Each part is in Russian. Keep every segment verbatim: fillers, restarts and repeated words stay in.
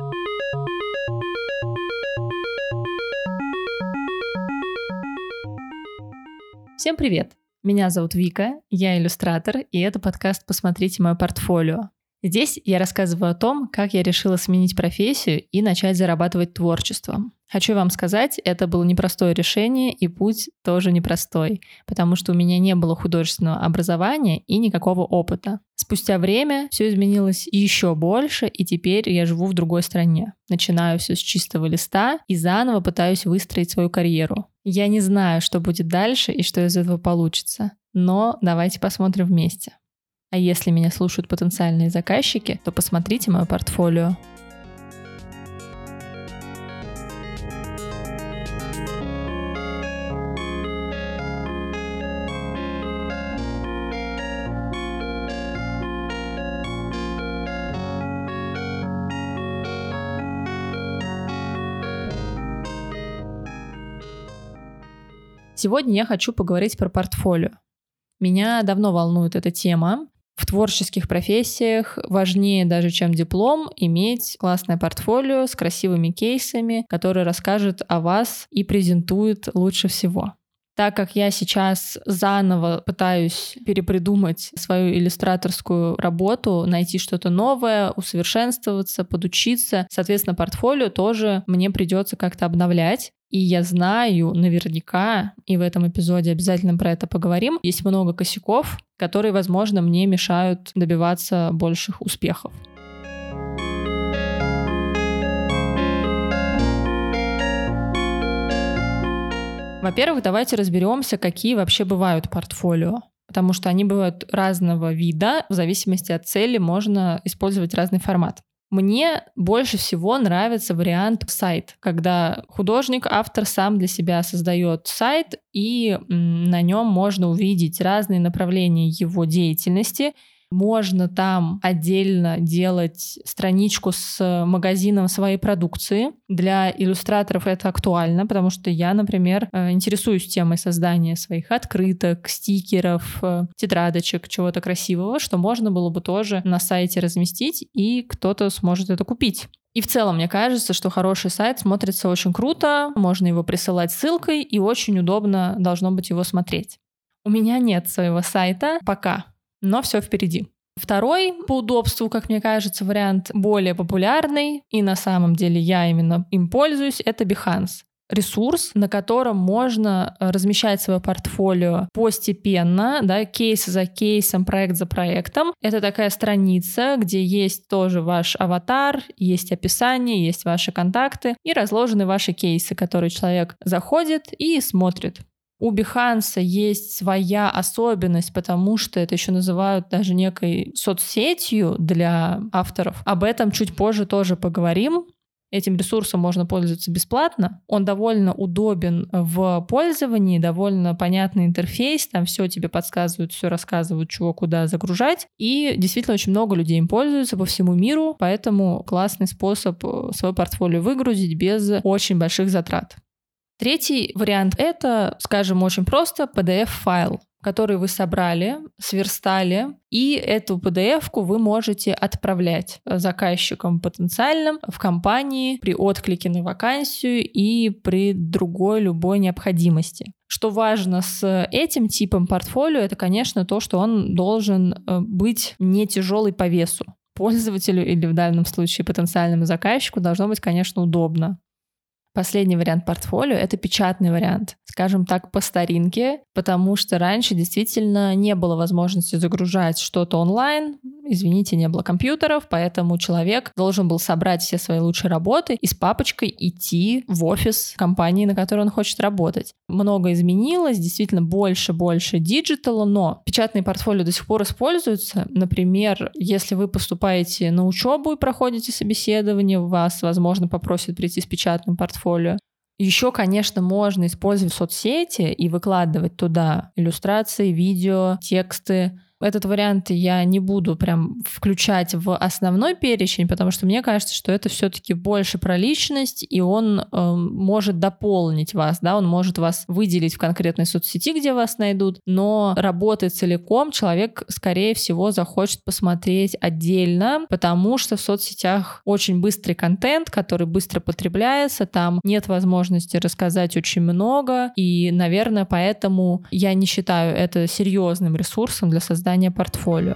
Всем привет! Меня зовут Вика, я иллюстратор, и это подкаст «Посмотрите мое портфолио». Здесь я рассказываю о том, как я решила сменить профессию и начать зарабатывать творчеством. Хочу вам сказать, это было непростое решение, и путь тоже непростой, потому что у меня не было художественного образования и никакого опыта. Спустя время все изменилось еще больше, и теперь я живу в другой стране. Начинаю все с чистого листа и заново пытаюсь выстроить свою карьеру. Я не знаю, что будет дальше и что из этого получится, но давайте посмотрим вместе. А если меня слушают потенциальные заказчики, то посмотрите мое портфолио. Сегодня я хочу поговорить про портфолио. Меня давно волнует эта тема. В творческих профессиях важнее даже, чем диплом, иметь классное портфолио с красивыми кейсами, которые расскажут о вас и презентуют лучше всего. Так как я сейчас заново пытаюсь перепридумать свою иллюстраторскую работу, найти что-то новое, усовершенствоваться, подучиться, соответственно, портфолио тоже мне придется как-то обновлять. И я знаю наверняка, и в этом эпизоде обязательно про это поговорим, есть много косяков, которые, возможно, мне мешают добиваться больших успехов. Во-первых, давайте разберемся, какие вообще бывают портфолио. Потому что они бывают разного вида, в зависимости от цели можно использовать разный формат. Мне больше всего нравится вариант сайт, когда художник, автор сам для себя создает сайт, и на нем можно увидеть разные направления его деятельности. Можно там отдельно делать страничку с магазином своей продукции. Для иллюстраторов это актуально, потому что я, например, интересуюсь темой создания своих открыток, стикеров, тетрадочек, чего-то красивого, что можно было бы тоже на сайте разместить, и кто-то сможет это купить. И в целом, мне кажется, что хороший сайт смотрится очень круто, можно его присылать ссылкой, и очень удобно должно быть его смотреть. У меня нет своего сайта пока. Но все впереди. Второй по удобству, как мне кажется, вариант более популярный, и на самом деле я именно им пользуюсь, это Behance. Ресурс, на котором можно размещать свое портфолио постепенно, да, кейс за кейсом, проект за проектом. Это такая страница, где есть тоже ваш аватар, есть описание, есть ваши контакты и разложены ваши кейсы, которые человек заходит и смотрит. У Behance есть своя особенность, потому что это еще называют даже некой соцсетью для авторов. Об этом чуть позже тоже поговорим. Этим ресурсом можно пользоваться бесплатно. Он довольно удобен в пользовании, довольно понятный интерфейс. Там все тебе подсказывают, все рассказывают, чего куда загружать. И действительно очень много людей им пользуются по всему миру, поэтому классный способ свое портфолио выгрузить без очень больших затрат. Третий вариант — это, скажем, очень просто пи ди эф-файл, который вы собрали, сверстали, и эту пи ди эф-ку вы можете отправлять заказчикам потенциальным в компании при отклике на вакансию и при другой любой необходимости. Что важно с этим типом портфолио, это, конечно, то, что он должен быть не тяжелый по весу. Пользователю или в данном случае потенциальному заказчику должно быть, конечно, удобно. Последний вариант портфолио — это печатный вариант, скажем так, по старинке, потому что раньше действительно не было возможности загружать что-то онлайн, извините, не было компьютеров, поэтому человек должен был собрать все свои лучшие работы и с папочкой идти в офис компании, на которой он хочет работать. Много изменилось, действительно больше-больше диджитала, но печатные портфолио до сих пор используются. Например, если вы поступаете на учебу и проходите собеседование, вас, возможно, попросят прийти с печатным портфолио. Еще, конечно, можно использовать соцсети и выкладывать туда иллюстрации, видео, тексты, Этот вариант я не буду прям включать в основной перечень, потому что мне кажется, что это все-таки больше про личность, и он э, может дополнить вас, да, он может вас выделить в конкретной соцсети, где вас найдут, но работать целиком человек, скорее всего, захочет посмотреть отдельно, потому что в соцсетях очень быстрый контент, который быстро потребляется, там нет возможности рассказать очень много, и, наверное, поэтому я не считаю это серьезным ресурсом для создания портфолио.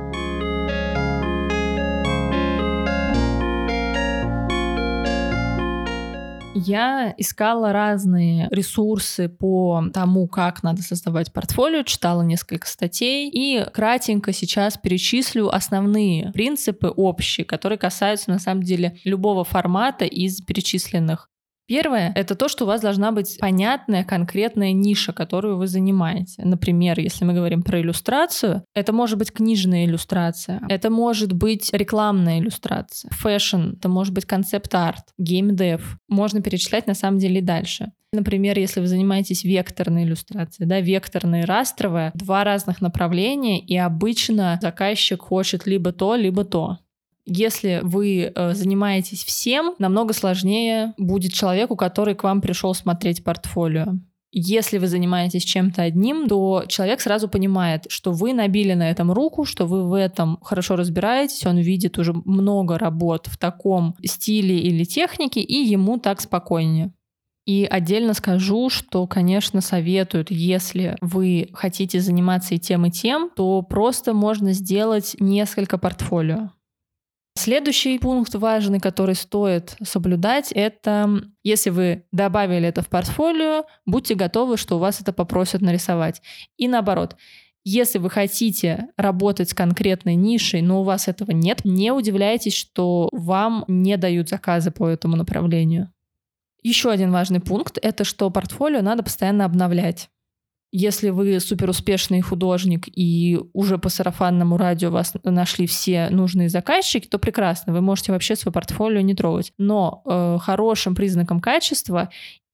Я искала разные ресурсы по тому, как надо создавать портфолио, читала несколько статей и кратенько сейчас перечислю основные принципы общие, которые касаются на самом деле любого формата из перечисленных. Первое — это то, что у вас должна быть понятная, конкретная ниша, которую вы занимаете. Например, если мы говорим про иллюстрацию, это может быть книжная иллюстрация, это может быть рекламная иллюстрация, фэшн, это может быть концепт-арт, геймдев. Можно перечислять на самом деле и дальше. Например, если вы занимаетесь векторной иллюстрацией, да, векторная и растровая, два разных направления, и обычно заказчик хочет либо то, либо то. Если вы э, занимаетесь всем, намного сложнее будет человеку, который к вам пришел смотреть портфолио. Если вы занимаетесь чем-то одним, то человек сразу понимает, что вы набили на этом руку, что вы в этом хорошо разбираетесь, он видит уже много работ в таком стиле или технике, и ему так спокойнее. И отдельно скажу, что, конечно, советуют, если вы хотите заниматься и тем, и тем, то просто можно сделать несколько портфолио. Следующий пункт важный, который стоит соблюдать, это если вы добавили это в портфолио, будьте готовы, что у вас это попросят нарисовать. И наоборот, если вы хотите работать с конкретной нишей, но у вас этого нет, не удивляйтесь, что вам не дают заказы по этому направлению. Еще один важный пункт — это что портфолио надо постоянно обновлять. Если вы суперуспешный художник и уже по сарафанному радио вас нашли все нужные заказчики, то прекрасно, вы можете вообще свое портфолио не трогать. Но э, хорошим признаком качества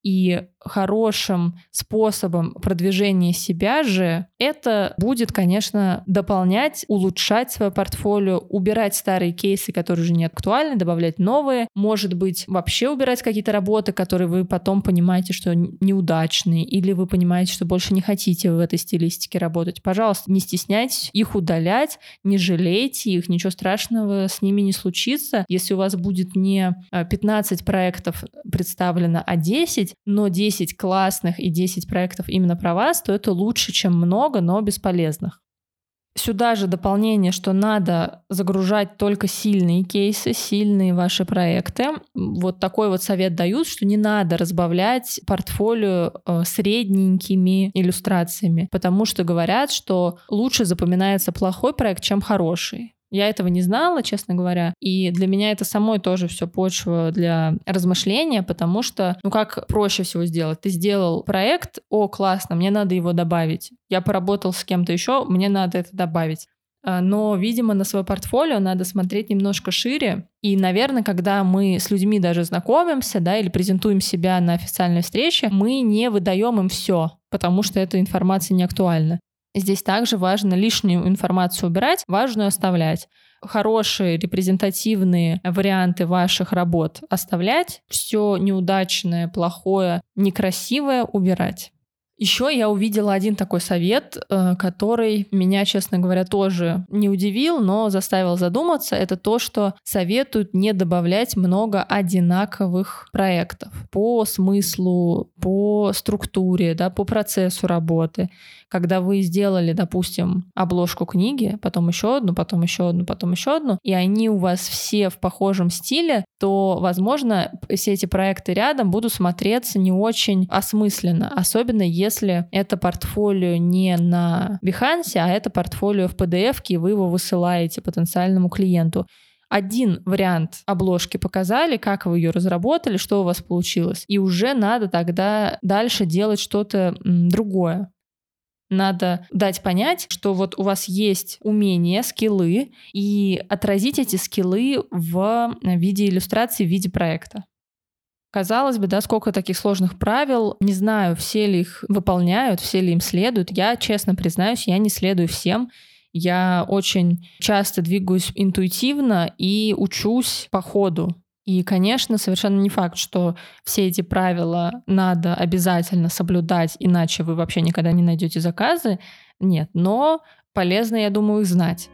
и хорошим способом продвижения себя же это будет, конечно, дополнять, улучшать свое портфолио, убирать старые кейсы, которые уже не актуальны, добавлять новые, может быть, вообще убирать какие-то работы, которые вы потом понимаете, что неудачные, или вы понимаете, что больше не хотите в этой стилистике работать. Пожалуйста, не стесняйтесь их удалять, не жалейте их, ничего страшного с ними не случится. Если у вас будет не пятнадцать проектов представлено, а десять, но десять классных и десять проектов именно про вас, то это лучше, чем много, но бесполезных. Сюда же дополнение, что надо загружать только сильные кейсы, сильные ваши проекты. Вот такой вот совет дают, что не надо разбавлять портфолио средненькими иллюстрациями, потому что говорят, что лучше запоминается плохой проект, чем хороший. Я этого не знала, честно говоря, и для меня это самой тоже все почва для размышления, потому что, ну как проще всего сделать? Ты сделал проект, о, классно, мне надо его добавить. Я поработал с кем-то еще, мне надо это добавить. Но, видимо, на свое портфолио надо смотреть немножко шире. И, наверное, когда мы с людьми даже знакомимся, да, или презентуем себя на официальной встрече, мы не выдаем им все, потому что эта информация не актуальна. Здесь также важно лишнюю информацию убирать, важную оставлять. Хорошие репрезентативные варианты ваших работ оставлять, все неудачное, плохое, некрасивое убирать. Еще я увидела один такой совет, который меня, честно говоря, тоже не удивил, но заставил задуматься. Это то, что советуют не добавлять много одинаковых проектов по смыслу, по структуре, да, по процессу работы. Когда вы сделали, допустим, обложку книги, потом еще одну, потом еще одну, потом еще одну, и они у вас все в похожем стиле, то, возможно, все эти проекты рядом будут смотреться не очень осмысленно, особенно если это портфолио не на Behance, а это портфолио в пи ди эф-ке, и вы его высылаете потенциальному клиенту. Один вариант обложки показали, как вы ее разработали, что у вас получилось, и уже надо тогда дальше делать что-то другое. Надо дать понять, что вот у вас есть умения, скиллы, и отразить эти скиллы в виде иллюстрации, в виде проекта. Казалось бы, да, сколько таких сложных правил. Не знаю, все ли их выполняют, все ли им следуют. Я, честно признаюсь, я не следую всем. Я очень часто двигаюсь интуитивно и учусь по ходу. И, конечно, совершенно не факт, что все эти правила надо обязательно соблюдать, иначе вы вообще никогда не найдете заказы. Нет, но полезно, я думаю, их знать.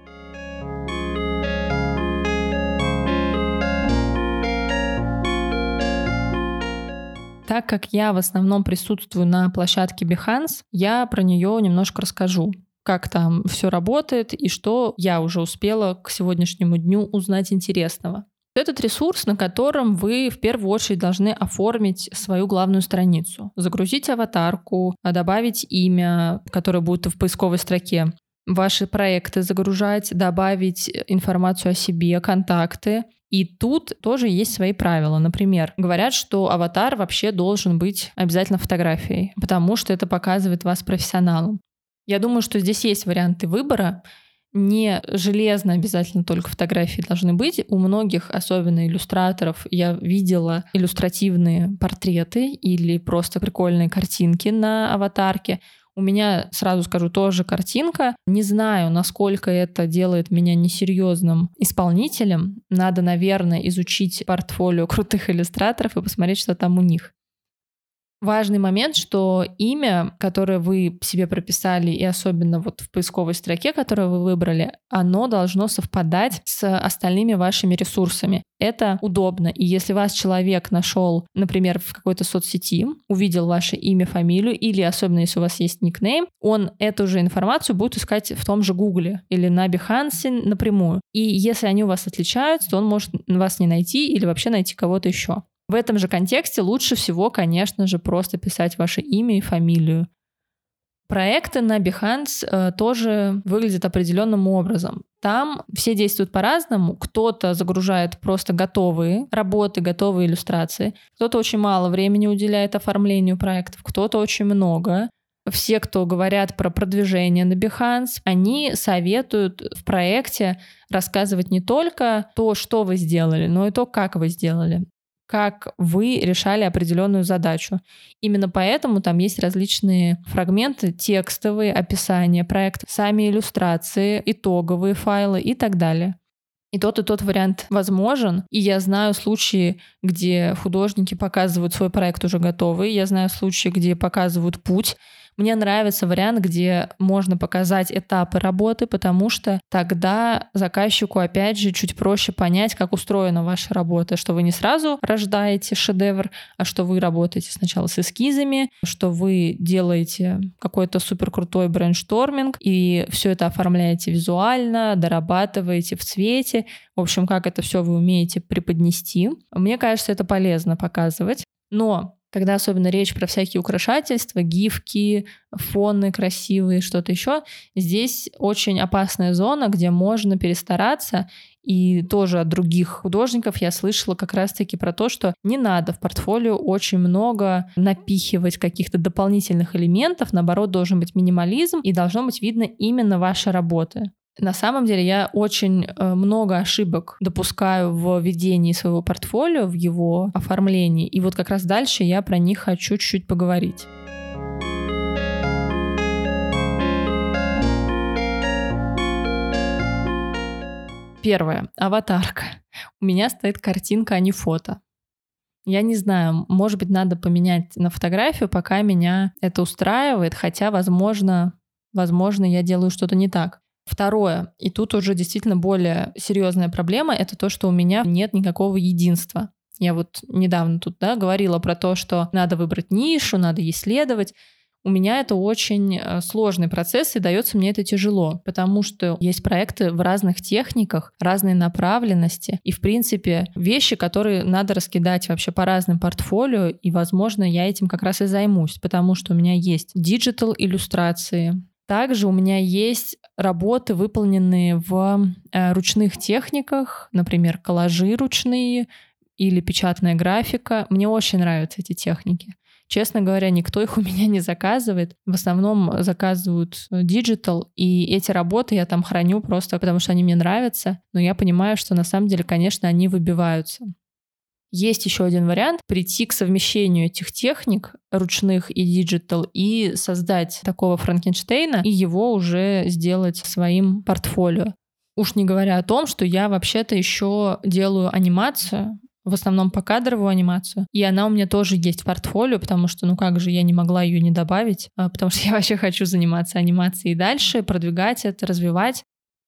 Так как я в основном присутствую на площадке Behance, я про нее немножко расскажу, как там все работает и что я уже успела к сегодняшнему дню узнать интересного. Этот ресурс, на котором вы в первую очередь должны оформить свою главную страницу, загрузить аватарку, добавить имя, которое будет в поисковой строке, ваши проекты загружать, добавить информацию о себе, контакты. И тут тоже есть свои правила. Например, говорят, что аватар вообще должен быть обязательно фотографией, потому что это показывает вас профессионалом. Я думаю, что здесь есть варианты выбора. Не железно обязательно только фотографии должны быть. У многих, особенно иллюстраторов, я видела иллюстративные портреты или просто прикольные картинки на аватарке. У меня, сразу скажу, тоже картинка. Не знаю, насколько это делает меня несерьезным исполнителем. Надо, наверное, изучить портфолио крутых иллюстраторов и посмотреть, что там у них. Важный момент, что имя, которое вы себе прописали, и особенно вот в поисковой строке, которую вы выбрали, оно должно совпадать с остальными вашими ресурсами. Это удобно. И если вас человек нашел, например, в какой-то соцсети, увидел ваше имя, фамилию, или особенно если у вас есть никнейм, он эту же информацию будет искать в том же Гугле или на Behance напрямую. И если они у вас отличаются, то он может вас не найти или вообще найти кого-то еще. В этом же контексте лучше всего, конечно же, просто писать ваше имя и фамилию. Проекты на Behance э, тоже выглядят определенным образом. Там все действуют по-разному. Кто-то загружает просто готовые работы, готовые иллюстрации. Кто-то очень мало времени уделяет оформлению проектов, кто-то очень много. Все, кто говорят про продвижение на Behance, они советуют в проекте рассказывать не только то, что вы сделали, но и то, как вы сделали, как вы решали определенную задачу. Именно поэтому там есть различные фрагменты, текстовые описания проекта, сами иллюстрации, итоговые файлы и так далее. И тот, и тот вариант возможен. И я знаю случаи, где художники показывают свой проект уже готовый. Я знаю случаи, где показывают путь. Мне нравится вариант, где можно показать этапы работы, потому что тогда заказчику, опять же, чуть проще понять, как устроена ваша работа, что вы не сразу рождаете шедевр, а что вы работаете сначала с эскизами, что вы делаете какой-то суперкрутой брейншторминг и все это оформляете визуально, дорабатываете в цвете. В общем, как это все вы умеете преподнести. Мне кажется, это полезно показывать. Но когда особенно речь про всякие украшательства, гифки, фоны красивые, что-то еще, здесь очень опасная зона, где можно перестараться. И тоже от других художников я слышала как раз-таки про то, что не надо в портфолио очень много напихивать каких-то дополнительных элементов, наоборот, должен быть минимализм, и должно быть видно именно ваши работы. На самом деле я очень много ошибок допускаю в ведении своего портфолио, в его оформлении. И вот как раз дальше я про них хочу чуть-чуть поговорить. Первое. Аватарка. У меня стоит картинка, а не фото. Я не знаю, может быть, надо поменять на фотографию, пока меня это устраивает, хотя, возможно, возможно, я делаю что-то не так. Второе, и тут уже действительно более серьезная проблема, это то, что у меня нет никакого единства. Я вот недавно тут да, говорила про то, что надо выбрать нишу, надо исследовать. У меня это очень сложный процесс, и дается мне это тяжело, потому что есть проекты в разных техниках, разной направленности, и, в принципе, вещи, которые надо раскидать вообще по разным портфолио, и, возможно, я этим как раз и займусь, потому что у меня есть диджитал-иллюстрации. Также у меня есть работы, выполненные в э, ручных техниках, например, коллажи ручные или печатная графика. Мне очень нравятся эти техники. Честно говоря, никто их у меня не заказывает. В основном заказывают диджитал, и эти работы я там храню просто потому, что они мне нравятся. Но я понимаю, что на самом деле, конечно, они выбиваются. Есть еще один вариант — прийти к совмещению этих техник, ручных и диджитал, и создать такого Франкенштейна, и его уже сделать своим портфолио. Уж не говоря о том, что я вообще-то еще делаю анимацию, в основном покадровую анимацию, и она у меня тоже есть в портфолио, потому что, ну как же, я не могла ее не добавить, потому что я вообще хочу заниматься анимацией и дальше, продвигать это, развивать.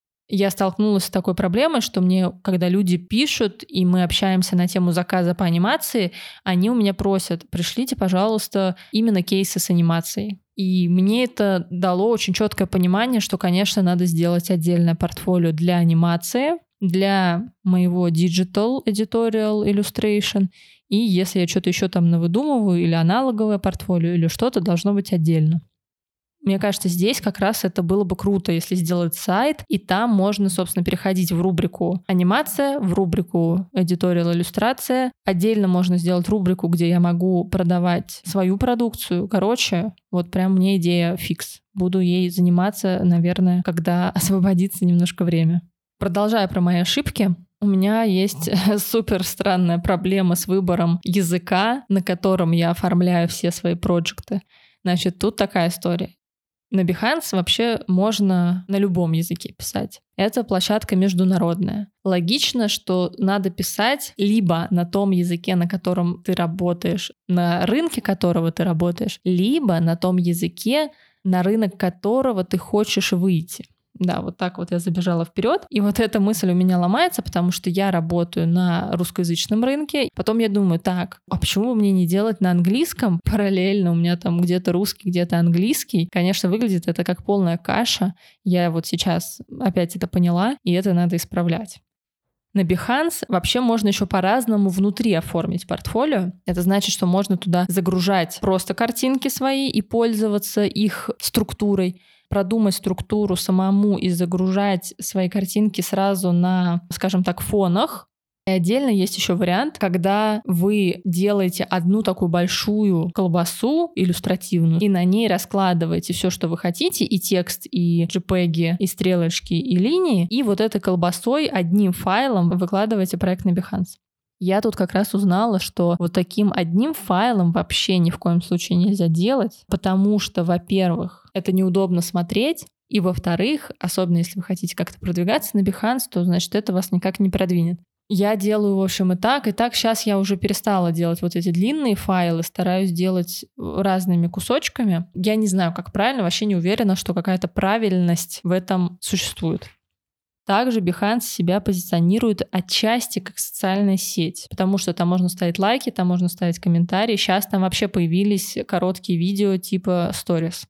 Я столкнулась с такой проблемой, что мне, когда люди пишут, и мы общаемся на тему заказа по анимации, они у меня просят: пришлите, пожалуйста, именно кейсы с анимацией. И мне это дало очень четкое понимание, что, конечно, надо сделать отдельное портфолио для анимации, для моего digital editorial illustration, и если я что-то еще там навыдумываю, или аналоговое портфолио, или что-то, должно быть отдельно. Мне кажется, здесь как раз это было бы круто, если сделать сайт, и там можно, собственно, переходить в рубрику «Анимация», в рубрику «Editorial иллюстрация». Отдельно можно сделать рубрику, где я могу продавать свою продукцию. Короче, вот прям мне идея фикс. Буду ей заниматься, наверное, когда освободится немножко время. Продолжая про мои ошибки, у меня есть супер странная проблема с выбором языка, на котором я оформляю все свои проекты. Значит, тут такая история. На Behance вообще можно на любом языке писать. Это площадка международная. Логично, что надо писать либо на том языке, на котором ты работаешь, на рынке которого ты работаешь, либо на том языке, на рынок которого ты хочешь выйти. Да, вот так вот я забежала вперед. И вот эта мысль у меня ломается, потому что я работаю на русскоязычном рынке. Потом я думаю: так, а почему бы мне не делать на английском параллельно? У меня там где-то русский, где-то английский. Конечно, выглядит это как полная каша. Я вот сейчас опять это поняла, и это надо исправлять. На Behance вообще можно еще по-разному внутри оформить портфолио. Это значит, что можно туда загружать просто картинки свои и пользоваться их структурой, продумать структуру самому и загружать свои картинки сразу на, скажем так, фонах. И отдельно есть еще вариант, когда вы делаете одну такую большую колбасу иллюстративную и на ней раскладываете все, что вы хотите, и текст, и джей-пеги, и стрелочки, и линии, и вот этой колбасой одним файлом выкладываете проект на Behance. Я тут как раз узнала, что вот таким одним файлом вообще ни в коем случае нельзя делать, потому что, во-первых, это неудобно смотреть, и, во-вторых, особенно если вы хотите как-то продвигаться на Behance, то, значит, это вас никак не продвинет. Я делаю, в общем, и так, и так. Сейчас я уже перестала делать вот эти длинные файлы, стараюсь делать разными кусочками. Я не знаю, как правильно, вообще не уверена, что какая-то правильность в этом существует. Также Behance себя позиционирует отчасти как социальная сеть, потому что там можно ставить лайки, там можно ставить комментарии. Сейчас там вообще появились короткие видео типа Stories.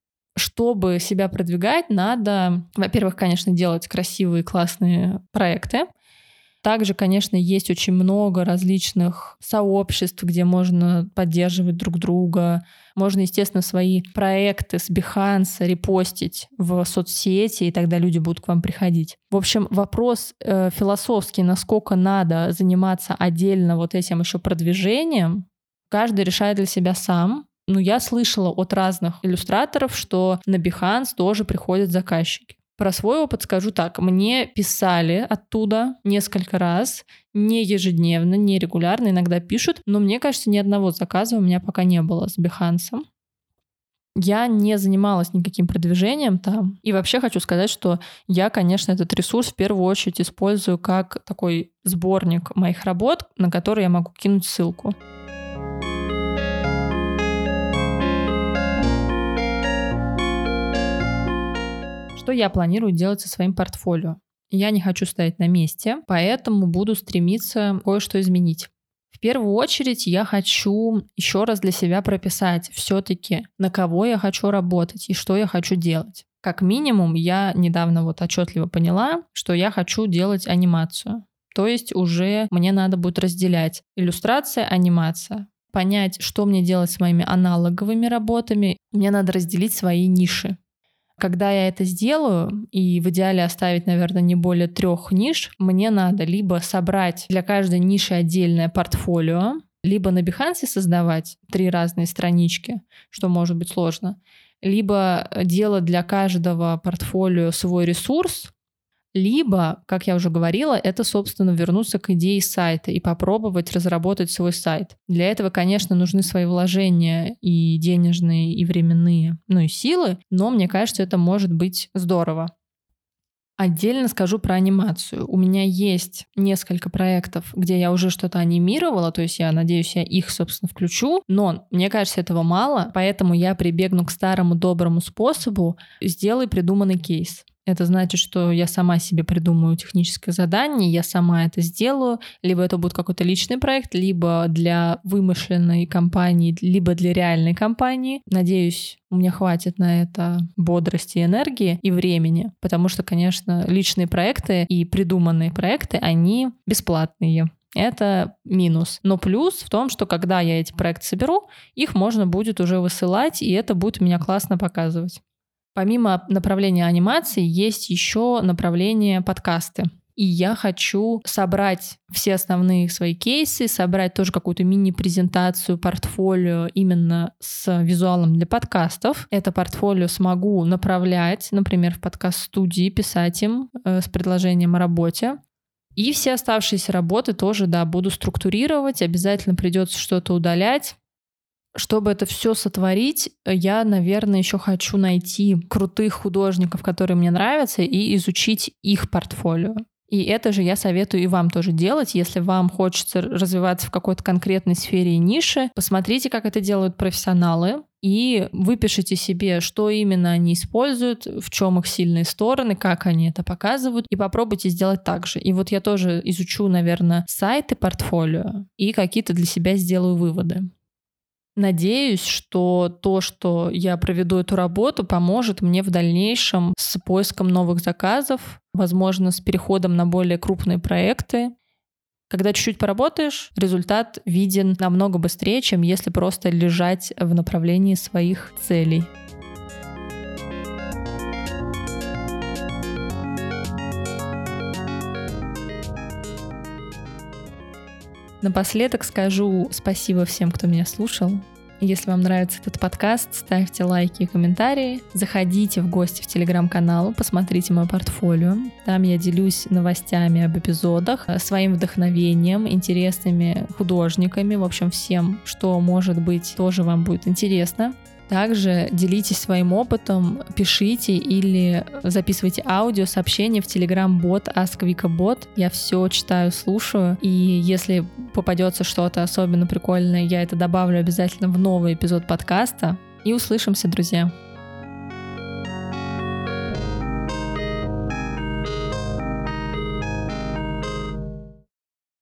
Чтобы себя продвигать, надо, во-первых, конечно, делать красивые, классные проекты. Также, конечно, есть очень много различных сообществ, где можно поддерживать друг друга. Можно, естественно, свои проекты с Behance репостить в соцсети, и тогда люди будут к вам приходить. В общем, вопрос э, философский, насколько надо заниматься отдельно вот этим еще продвижением, каждый решает для себя сам. Но я слышала от разных иллюстраторов, что на Behance тоже приходят заказчики. Про свой опыт скажу так. Мне писали оттуда несколько раз, не ежедневно, не регулярно, иногда пишут, но мне кажется, ни одного заказа у меня пока не было с Behance. Я не занималась никаким продвижением там. И вообще хочу сказать, что я, конечно, этот ресурс в первую очередь использую как такой сборник моих работ, на который я могу кинуть ссылку. Что я планирую делать со своим портфолио? Я не хочу стоять на месте, поэтому буду стремиться кое-что изменить. В первую очередь я хочу еще раз для себя прописать все-таки, на кого я хочу работать и что я хочу делать. Как минимум, я недавно вот отчетливо поняла, что я хочу делать анимацию. То есть уже мне надо будет разделять иллюстрация, анимация. Понять, что мне делать с моими аналоговыми работами. Мне надо разделить свои ниши. Когда я это сделаю, и в идеале оставить, наверное, не более трех ниш, мне надо либо собрать для каждой ниши отдельное портфолио, либо на Behance создавать три разные странички, что может быть сложно, либо делать для каждого портфолио свой ресурс, Либо, как я уже говорила, это, собственно, вернуться к идее сайта и попробовать разработать свой сайт. Для этого, конечно, нужны свои вложения и денежные, и временные, ну и силы, но мне кажется, это может быть здорово. Отдельно скажу про анимацию. У меня есть несколько проектов, где я уже что-то анимировала, то есть я надеюсь, я их, собственно, включу, но мне кажется, этого мало, поэтому я прибегну к старому доброму способу «сделай придуманный кейс». Это значит, что я сама себе придумаю техническое задание, я сама это сделаю, либо это будет какой-то личный проект, либо для вымышленной компании, либо для реальной компании. Надеюсь, у меня хватит на это бодрости, энергии и времени, потому что, конечно, личные проекты и придуманные проекты, они бесплатные. Это минус. Но плюс в том, что когда я эти проекты соберу, их можно будет уже высылать, и это будет меня классно показывать. Помимо направления анимации есть еще направление подкасты. И я хочу собрать все основные свои кейсы, собрать тоже какую-то мини-презентацию, портфолио именно с визуалом для подкастов. Это портфолио смогу направлять, например, в подкаст-студии, писать им э, с предложением о работе. И все оставшиеся работы тоже, да, буду структурировать, обязательно придется что-то удалять. Чтобы это все сотворить, я, наверное, еще хочу найти крутых художников, которые мне нравятся, и изучить их портфолио. И это же я советую и вам тоже делать, если вам хочется развиваться в какой-то конкретной сфере и нише. Посмотрите, как это делают профессионалы, и выпишите себе, что именно они используют, в чем их сильные стороны, как они это показывают, и попробуйте сделать так же. И вот я тоже изучу, наверное, сайты портфолио и какие-то для себя сделаю выводы. Надеюсь, что то, что я проведу эту работу, поможет мне в дальнейшем с поиском новых заказов, возможно, с переходом на более крупные проекты. Когда чуть-чуть поработаешь, результат виден намного быстрее, чем если просто лежать в направлении своих целей. Напоследок скажу спасибо всем, кто меня слушал. Если вам нравится этот подкаст, ставьте лайки и комментарии. Заходите в гости в телеграм-канал, посмотрите мое портфолио. Там я делюсь новостями об эпизодах, своим вдохновением, интересными художниками, в общем, всем, что, может быть, тоже вам будет интересно. Также делитесь своим опытом, пишите или записывайте аудиосообщения в Telegram-бот AskVikaBot. Я все читаю, слушаю. И если попадется что-то особенно прикольное, я это добавлю обязательно в новый эпизод подкаста. И услышимся, друзья!